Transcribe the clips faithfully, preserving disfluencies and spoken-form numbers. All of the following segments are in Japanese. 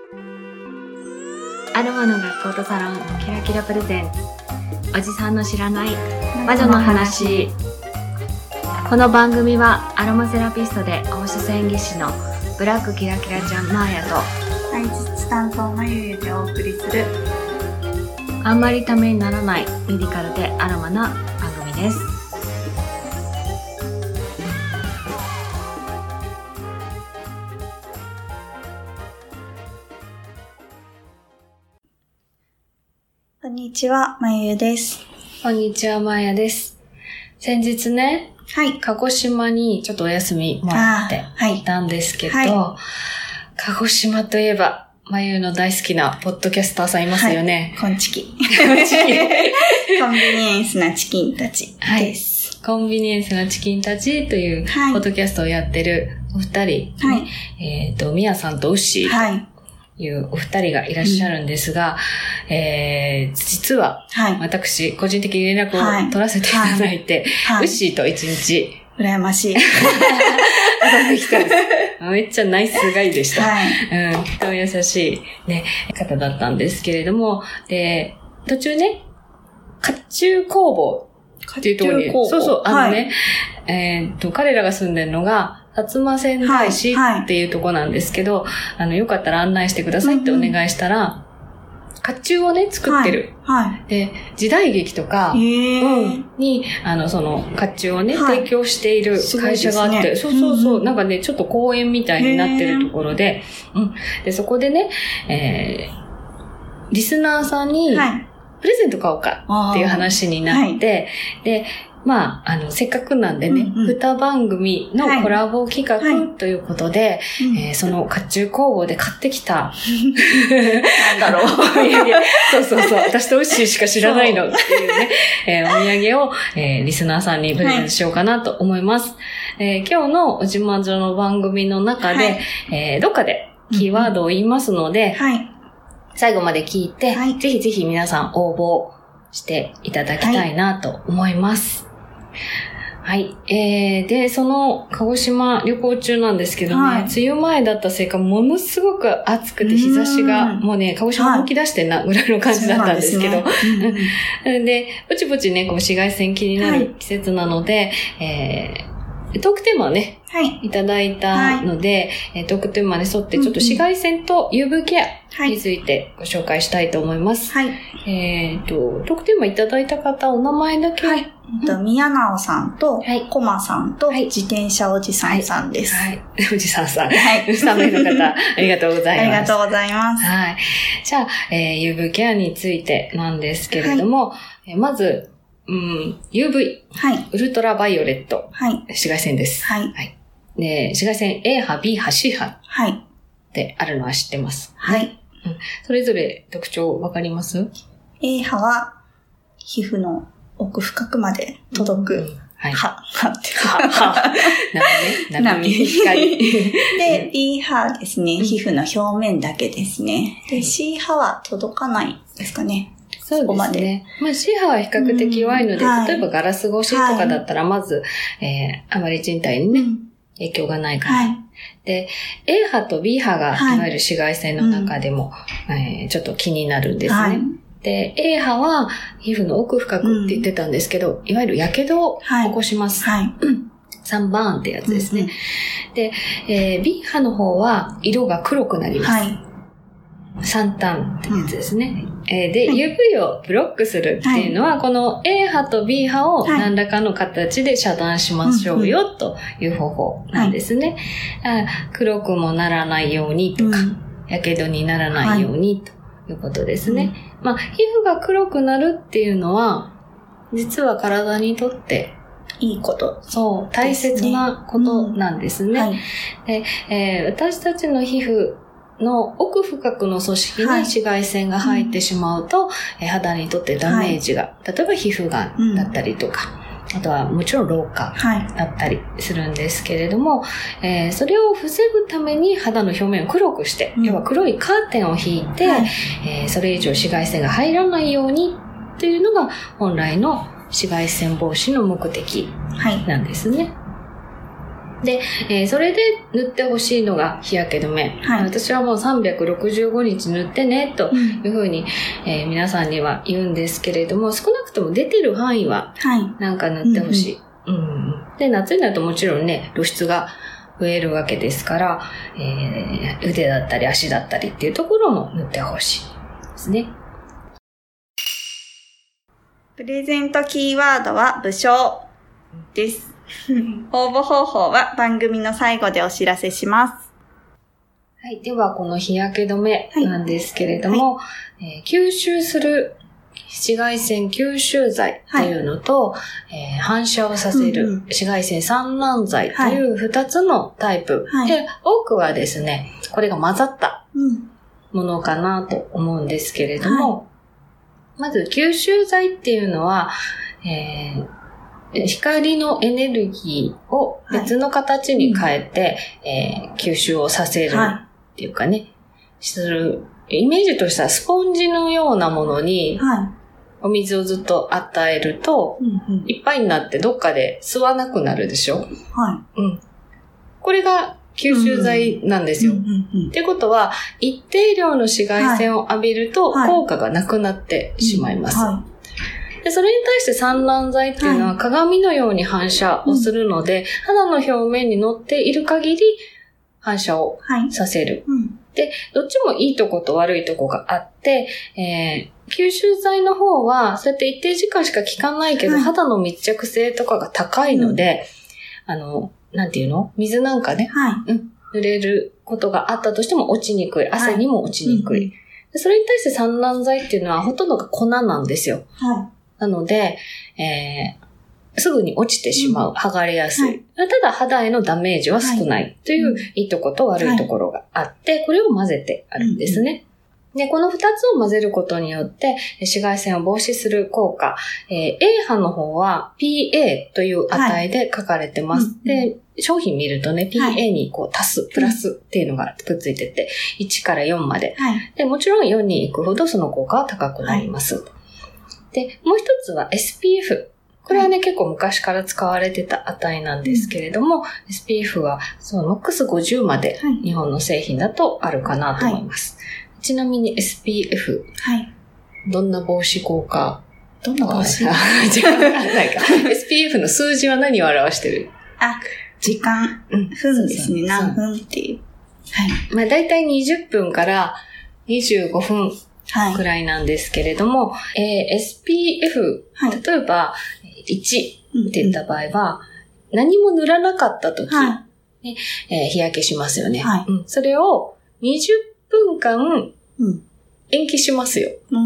アロマの学校とサロンキラキラプレゼンツ、おじさんの知らない魔女の話。この番組はアロマセラピストで放射線技師のブラックキラキラちゃんマーヤと配達担当のゆゆでお送りするあんまりためにならないメディカルでアロマな番組です。 こんにちは、まゆゆです。 こんにちは、マーヤです。先日ね、 はい、 鹿児島にちょっとお休みもらっていたんですけど、はいはい、鹿児島といえば、まゆの大好きなポッドキャスターさんいますよね。 はい、コンチキ。コンビニエンスなチキンたちです、 はい。コンビニエンスなチキンたちというポッドキャストをやってるお二人、ね、はい、えっと、みやさんとウッシーというお二人がいらっしゃるんですが、うん、えー、実は、私、個人的に連絡を取らせていただいて、はいはい、ウッシーと一日、 羨ましい。 遊んできたんです。めっちゃナイスガイでした。はい。うん、とても優しい、ね、方だったんですけれども、で、途中ね、甲冑工房っていうところに、そうそう、あのね、はい、えっと、彼らが住んでるのが、薩摩川内市っていうところなんですけど、はいはい、あの、よかったら案内してくださいってお願いしたら、甲冑をね、作ってる。はいはい、で、時代劇とか、うん、に、あの、その、甲冑をね、はい、提供している会社があって、ね、そうそうそう、うん、なんかね、ちょっと公園みたいになってるところで、うん。で、そこでね、えー、リスナーさんに、プレゼント買おうかっていう話になって、はい、で、まあ、あの、せっかくなんでね、うんうん、二番組のコラボ企画ということで、はいはい、えー、その甲冑工房で買ってきた、 なんだろう。 そうそうそう、私とウッシーしか知らないのっていうね、えー、お土産を、えー、リスナーさんにプレゼントしようかなと思います。はい、えー、今日のお自慢所の番組の中で、はい、えー、どっかでキーワードを言いますので、うん、はい、最後まで聞いて、はい、ぜひぜひ皆さん応募していただきたいなと思います。はいはい。えー、で、その、鹿児島旅行中なんですけどね、はい、梅雨前だったせいか、ものすごく暑くて日差しが、もうね、鹿児島吹き出してんな、ぐらいの感じだったんですけど、はい、で, で、ぼちぼちね、こう紫外線気になる季節なので、はい、えー、トークテーマをね、はい、いただいたので、はい、トークテーマに沿って、ちょっと紫外線と ユーブイ ケアについてご紹介したいと思います。はい。えっと、トークテーマいただいた方、お名前だけ。 はい。えっと、宮直さんと、はい、コマさんと、はい、自転車おじさんさんです。 はい。はい、おじさんさん。はい。さん名の方、ありがとうございます。 ありがとうございます。 はい。じゃあ、えー、ユーブイ ケアについてなんですけれども、はい、えまず、うん、ユーブイ。はい。ウルトラバイオレット。はい。紫外線です。はい。はい。で、紫外線 A 波、B 波、C 波。はい。ってあるのは知ってます。はい。うん、それぞれ特徴わかります？ A 波は、皮膚の奥深くまで届く。うん、はい。は、はって。は、は。波ね。波。光。で、B 波ですね。皮膚の表面だけですね。で、C 波は届かないですかね。 そうですね。まあ C 波は比較的弱いので、うんはい、例えばガラス越しとかだったら、まず、はい、えー、あまり人体にね、うん、影響がないから。はい、で、A 波と B 波が、いわゆる紫外線の中でも、はい、えー、ちょっと気になるんですね。はい、で、A 波は皮膚の奥深くって言ってたんですけど、うん、いわゆる火傷を起こします。はいはい、サンバーンってやつですね。うんうん、で、えー、B 波の方は色が黒くなります。はいサンタンってやつですね。うん、えー、で、はい、ユーブイ をブロックするっていうのは、はい、この A 波と B 波を何らかの形で遮断しましょうよという方法なんですね。はい、黒くもならないようにとか、やけどにならないようにということですね。はい、まあ、皮膚が黒くなるっていうのは、実は体にとっていいこと。 そう、大切なことなんですね。うんはい、でえー、私たちの皮膚、の奥深くの組織に紫外線が入ってしまうと、はい、肌にとってダメージが、はい、例えば皮膚がんだったりとか、うん、あとはもちろん老化だったりするんですけれども、はい、えー、それを防ぐために肌の表面を黒くして、うん、要は黒いカーテンを引いて、はい、えー、それ以上紫外線が入らないようにというのが本来の紫外線防止の目的なんですね。 はで、えー、それで塗ってほしいのが日焼け止め。はい、私はもうさんびゃくろくじゅうごにち塗ってね、というふうに、うんえー、皆さんには言うんですけれども、少なくとも出てる範囲は、なんか塗ってほしい、うんうんうん。で、夏になるともちろんね、露出が増えるわけですから、えー、腕だったり足だったりっていうところも塗ってほしいですね。 プレゼントキーワードは武将です。応募方法は番組の最後でお知らせします。 はい。では、この日焼け止めなんですけれども、はいはいえー、吸収する紫外線吸収剤っていうのと、はいえー、反射をさせる紫外線散乱剤という二つのタイプ、はい、で、多くはですね、これが混ざったものかなと思うんですけれども、はい、まず吸収剤っていうのは、えー光のエネルギーを別の形に変えて、はいえー、吸収をさせるっていうかね、はい、する。イメージとしてはスポンジのようなものに、お水をずっと与えると、はい、いっぱいになってどっかで吸わなくなるでしょ、はいうん、これが吸収剤なんですよ。ってことは、一定量の紫外線を浴びると効果がなくなってしまいます。はいはいはいでそれに対して散乱剤っていうのは鏡のように反射をするので、はいうん、肌の表面に乗っている限り反射をさせる、はいうん。で、どっちもいいとこと悪いとこがあって、えー、吸収剤の方はそうやって一定時間しか効かないけど、はい、肌の密着性とかが高いので、うん、あの、なんていうの？水なんかね、はいうん、濡れることがあったとしても落ちにくい。汗にも落ちにくい。はいうんでそれに対して散乱剤っていうのはほとんどが粉なんですよ。はいなので、えー、すぐに落ちてしまう、うん、剥がれやすい、はい。ただ肌へのダメージは少ないといういいとこと悪いところがあって、はい、これを混ぜてあるんですね。うん、で、この二つを混ぜることによって紫外線を防止する効果、えー、A 波の方は ピーエー という値で書かれてます。はい、で、商品見るとね、ピーエー にこう足す、プラスっていうのがくっついてて、いちからよんまで。はい、で、もちろんよんに行くほどその効果は高くなります。はいで、もう一つは エスピーエフ。これはね、はい、結構昔から使われてた値なんですけれども、うん、エスピーエフ はそのマックスごじゅうまで日本の製品だとあるかなと思います。はい、ちなみに エスピーエフ。はい、どんな防止効果どんな防止違うないか。エスピーエフ の数字は何を表してるあ、時間。うん、分ですね。何分っていう。 はい。まあ、だいたいにじゅっぷんからにじゅうごふん。くらいなんですけれども、はいえー、エスピーエフ、はい、例えばいちって言った場合は、うんうん、何も塗らなかった時、はいねえー、日焼けしますよね、はいうん。それをにじゅっぷんかん延期しますよ、うん、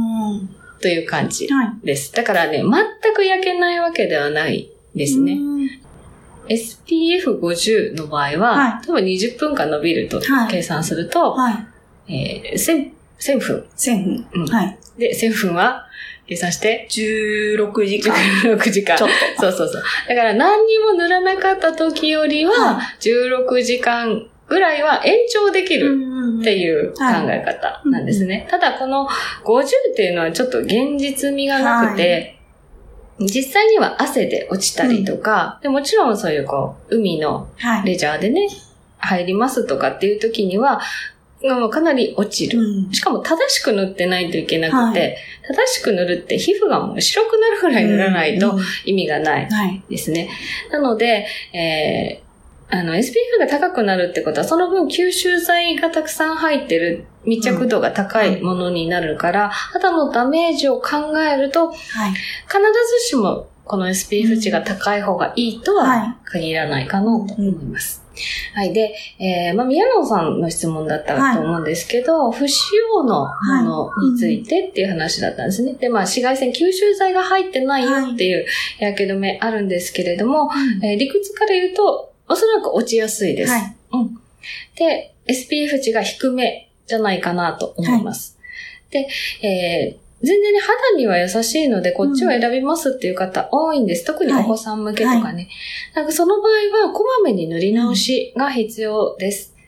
という感じです。だからね、全く焼けないわけではないですね。エスピーエフごじゅう の場合は、はい、例えばにじゅっぷんかん伸びると計算すると、はいはいえー、せんせんぷん。 せんぷん。うん。 はい。で、せんぷんは、計算して、 じゅうろくじかん。 じゅうろくじかん。 ちょっと。 そうそうそう。だから何にも塗らなかった時よりは、じゅうろくじかんぐらいは延長できるっていう考え方なんですね。ただこのごじゅうっていうのはちょっと現実味がなくて、はい、実際には汗で落ちたりとか、うん、でもちろんそういうこう、海のレジャーでね、はい、入りますとかっていう時には、かなり落ちる、うん。しかも正しく塗ってないといけなくて、はい、正しく塗るって皮膚がもう白くなるくらい塗らないと意味がないですね。うんうんはい、なので、えー、あの エスピーエフ が高くなるってことはその分吸収剤がたくさん入ってる密着度が高いものになるから、うん、肌のダメージを考えると、はい、必ずしもこの エスピーエフ 値が高い方がいいとは限らないかなと思います。はい。で、えー、まあ、宮野さんの質問だったと思うんですけど、はい、不使用のものについてっていう話だったんですね。はい、で、まあ、紫外線吸収剤が入ってないよっていう日焼け止めあるんですけれども、はいえー、理屈から言うと、おそらく落ちやすいです。はいうん、で、エスピーエフ 値が低めじゃないかなと思います。はい、で、えー全然ね、肌には優しいので、こっちを選びますっていう方多いんです。うん、特にお子さん向けとかね。はい、なんかその場合は、こまめに塗り直しが必要です。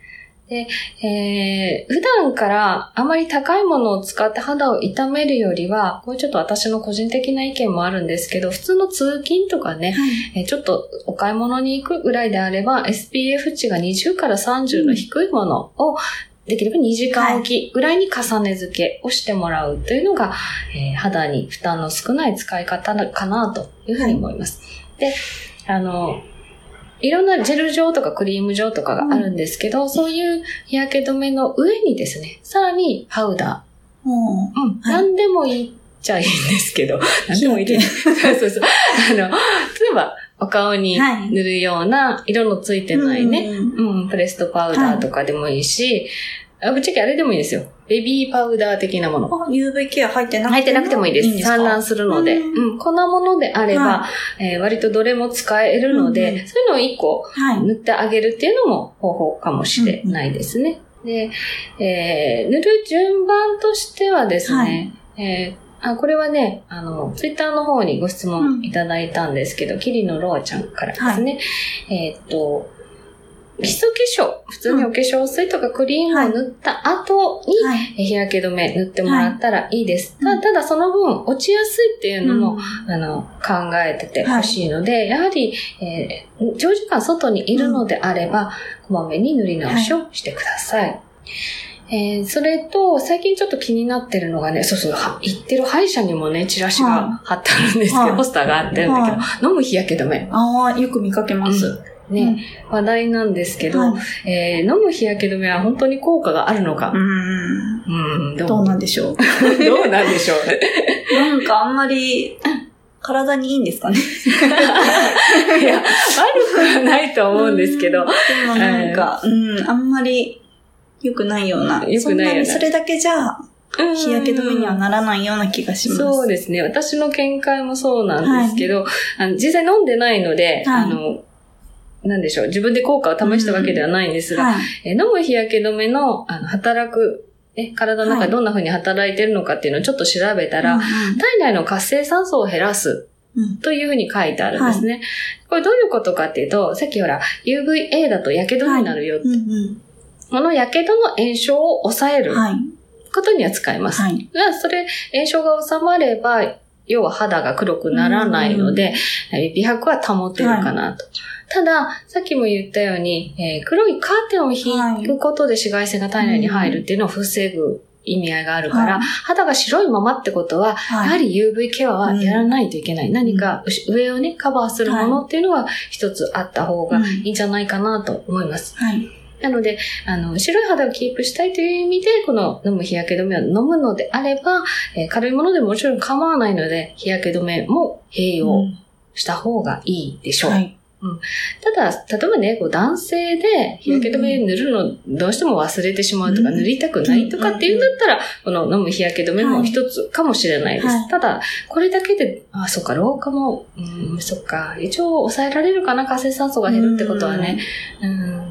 で、えー、普段からあまり高いものを使って肌を痛めるよりは、これちょっと私の個人的な意見もあるんですけど、普通の通勤とかね、はい、ちょっとお買い物に行くぐらいであれば、エスピーエフ 値がにじゅうからさんじゅうの低いものを、できればにじかんおきぐらいに重ね付けをしてもらうというのが、えー、肌に負担の少ない使い方かなというふうに思います。はい、で、あの、いろんなジェル状とかクリーム状とかがあるんですけど、うん、そういう日焼け止めの上にですね、さらにパウダー。うん。うん。はい、何でもいいっちゃいいんですけど、何でもいいです。そうそうそう。あの、例えば、お顔に塗るような色のついてないね、はい、うん、うん、プレストパウダーとかでもいいし、はい、ぶっちゃけあれでもいいですよ。ベビーパウダー的なもの。 ユーブイ ケア入ってなくても入ってなくてもいいです。いいんですか？散乱するので。うん、うん。こんなものであれば、はい、えー、割とどれも使えるので、うんうん、そういうのを一個塗ってあげるっていうのも方法かもしれないですね。うんうん、で、えー、塗る順番としてはですね、はい、えーあ、これはね、あの、ツイッターの方にご質問いただいたんですけど、うん、キリノロアちゃんからですね。はい、えーっと、基礎化粧、普通にお化粧水とかクリームを塗った後に、はい、日焼け止め塗ってもらったらいいです。はい、た, ただその分落ちやすいっていうのも、うん、あの考えててほしいので、はい、やはり、えー、長時間外にいるのであれば、うん、こまめに塗り直しをしてください。はいえー、それと、最近ちょっと気になってるのがね、そうそう、行ってる歯医者にもね、チラシが貼ってあるんですけど、はい、ポスターがあってるんだけど、はい、飲む日焼け止め。 ああ、よく見かけます。うんね、うん、話題なんですけど、はいえー、飲む日焼け止めは本当に効果があるのか。 うーん。うん、どう、どうなんでしょう。 どうなんでしょう。 なんかあんまり、体にいいんですかね。 いや、悪くはないと思うんですけど。 でもなんか、うん、あんまり良くないような。良くないような。そんなにそれだけじゃ、日焼け止めにはならないような気がします。 そうですね。私の見解もそうなんですけど、はい、あの実際飲んでないので、はい、あの、なんでしょう。自分で効果を試したわけではないんですが、うんはいえ飲む日焼け止めの、あの働く、ね、体の中でどんな風に働いているのかっていうのをちょっと調べたら、はい、体内の活性酸素を減らすという風に書いてあるんですね、はい。これどういうことかっていうと、さっきほら、ユーブイエー だと火傷になるよって。はいうんうん、この火傷の炎症を抑えることには使えます。はい、それ、炎症が収まれば、要は肌が黒くならないので、うんうん、美白は保てるかなと。はいただ、さっきも言ったように、えー、黒いカーテンを引くことで紫外線が体内に入るっていうのを防ぐ意味合いがあるから、はい、肌が白いままってことは、はい、やはり ユーブイ ケアはやらないといけない。うん、何か上をね、カバーするものっていうのは一つあった方がいいんじゃないかなと思います。はい、なので、あの、白い肌をキープしたいという意味で、この飲む日焼け止めを飲むのであれば、えー、軽いものでももちろん構わないので、日焼け止めも併用した方がいいでしょう。うんはいうん、ただ、例えばね、こう男性で日焼け止め塗るのどうしても忘れてしまうとか、うん、塗りたくないとかっていうんだったら、この飲む日焼け止めも一つかもしれないです。はい、ただ、これだけで、あ、そっか、老化も、うん、そっか、一応抑えられるかな、活性酸素が減るってことはね。うん、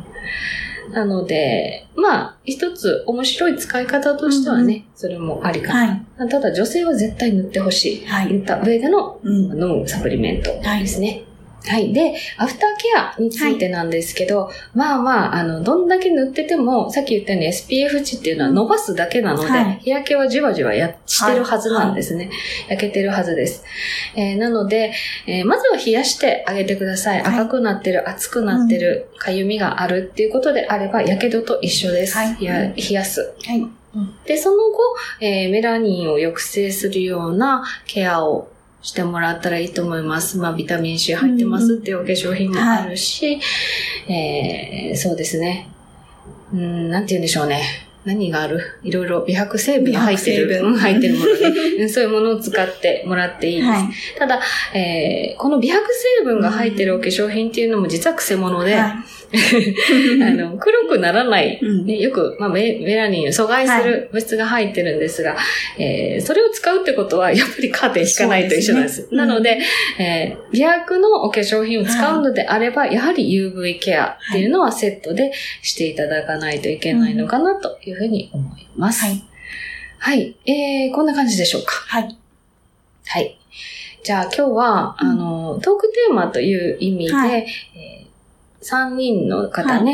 なので、まあ、一つ面白い使い方としてはね、うん、それもありかな、はい。ただ、女性は絶対塗ってほしい。はい、塗った上での、うん、飲むサプリメントですね。はいはい。で、アフターケアについてなんですけど、はい、まあまあ、あの、どんだけ塗ってても、さっき言ったように エスピーエフ 値っていうのは伸ばすだけなので、はい、日焼けはじわじわやしてるはずなんですね。はいはい、焼けてるはずです。えー、なので、えー、まずは冷やしてあげてください。はい、赤くなってる、熱くなってる、かゆみがあるっていうことであれば、やけどと一緒です。はい、や冷やす。はいで、その後、えー、メラニンを抑制するようなケアをしてもらったらいいと思います。まあ、ビタミン C 入ってますっていうお化粧品もあるし、うんはいえー、そうですね。うん、なんて言うんでしょうね。何があるいろいろ美白成分が入ってる。うん、入ってるものね。そういうものを使ってもらっていいです。はい、ただ、えー、この美白成分が入ってるお化粧品っていうのも実は癖物で、はいあの黒くならない、ね、よく、まあ、メ, メラニンを阻害する物質が入ってるんですが、はいえー、それを使うってことはやっぱりカーテン引かないと一緒なんです。ですね、なので、えー、美白のお化粧品を使うのであれば、はい、やはり ユーブイ ケアっていうのはセットでしていただかないといけないのかなというふうに思います。はい。はい。えー、こんな感じでしょうか。はい。はい。じゃあ今日は、うん、あの、トークテーマという意味で、はいえーさんにんの方ね、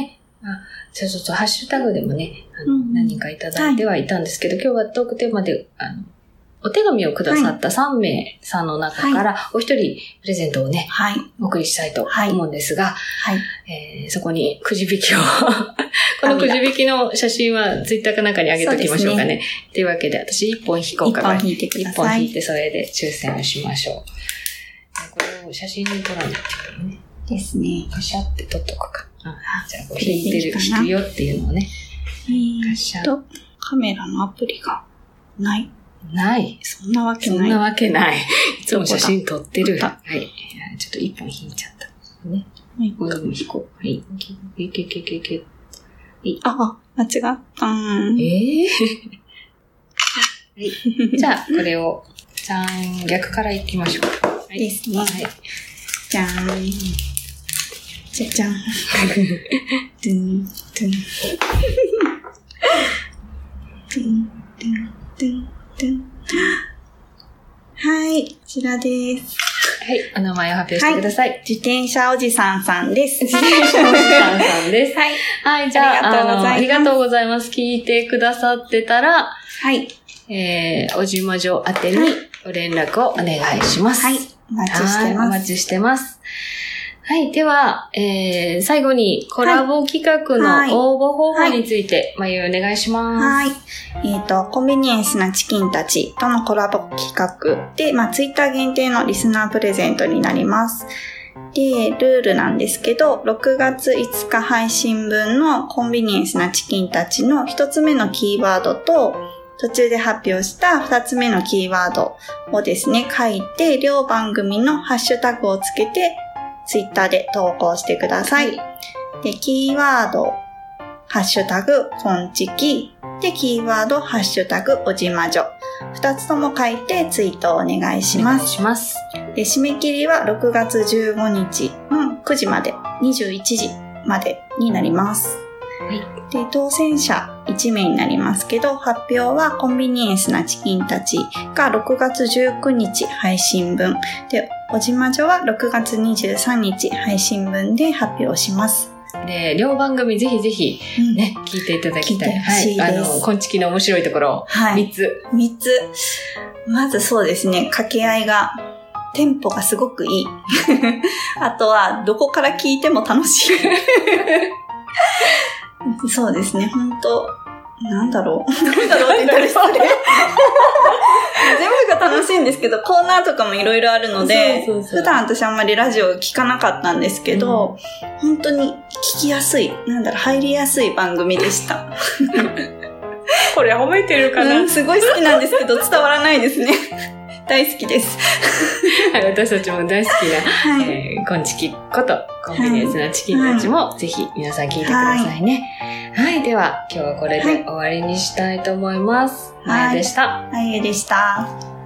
あ、そうそうそう、ハッシュタグでもね、あの、うん、何人かいただいてはいたんですけど、はい、今日はトークテーマで、あの、お手紙をくださったさんめいさんの中から、お一人プレゼントをね、はい、お送りしたいと思うんですが、はいえー、そこにくじ引きを、このくじ引きの写真はツイッターかなんかに上げときましょうかね。と、ね、いうわけで、私いっぽん引こうかな。 いっぽん引いてください。 いっぽん引いて、それで抽選をしましょう。これを写真に撮らないといけないね。 ですね。 カシャって撮っとくか。あじゃあ、こう引いてる、引くよっていうのをね。 カシャと、カメラのアプリがない。 ない。 そんなわけない。 そんなわけない。いつも写真撮ってる。はい。ちょっと一本引いちゃった。ね。はい。これも引こう。はい。いけいけいけいけ。 あ、間違った。 ええー。はい。じゃあ、これを、じゃーん、逆から行きましょう。 はい、ですね。はい。じゃーん。じゃじゃん。ドゥン、ドゥン。ドゥン、ドゥン、ドゥン。はい、こちらです。 はい、お名前を発表してください。はい、 自転車おじさんさんです。 自転車おじさんさんです。 はい。 はい、じゃあ、ありがとうございます。ありがとうございます。聞いてくださってたら、 はい。 えー、おじまじょ宛てにご連絡をお願いします。 はい、お待ちしてます。 お待ちしてます。はい。では、えー、最後にコラボ企画の応募方法について、まゆお願いします。 はい。えっ、ー、と、コンビニエンスなチキンたちとのコラボ企画で、まあ、ツイッター限定のリスナープレゼントになります。で、ルールなんですけど、ろくがついつか配信分のコンビニエンスなチキンたちのひとつめのキーワードと、途中で発表したふたつめのキーワードをですね、書いて、両番組のハッシュタグをつけて、ツイッターで投稿してください。で、キーワード、ハッシュタグ、コンチキ。で、キーワード、ハッシュタグ、おじまじょ。二つとも書いてツイートをお願いします。お願いします。 で、締め切りはろくがつじゅうごにち、うん、くじまで、にじゅういちじまでになります。はい。で、当選者いちめいになりますけど、発表はコンビニエンスなチキンたちがろくがつじゅうくにち配信分。で、おじまじょはろくがつにじゅうさんにち配信分で発表します。 で、両番組ぜひぜひね、うん、聞いていただきたい。 聞いてほしいです。はい。 あの、こんちきの面白いところ、はい、みっつ。 みっつ。まずそうですね、掛け合いが、テンポがすごくいい。あとは、どこから聞いても楽しい。そうですね、本当なんだろう。なんだろうって言ったら失礼。全部が楽しいんですけど、コーナーとかもいろいろあるので、そうそうそう、普段私あんまりラジオ聞かなかったんですけど、うん、本当に聞きやすい、なんだろう、入りやすい番組でした。 これ褒めてるかな、 うん、すごい好きなんですけど、伝わらないですね。大好きです。 はい、私たちも大好きな、はい、えー、コンチキことコンビニエンスなチキンたちも、はい、ぜひ皆さん聞いてくださいね。はい、はい、では今日はこれで終わりにしたいと思います。はい、まゆでした。 まゆでした。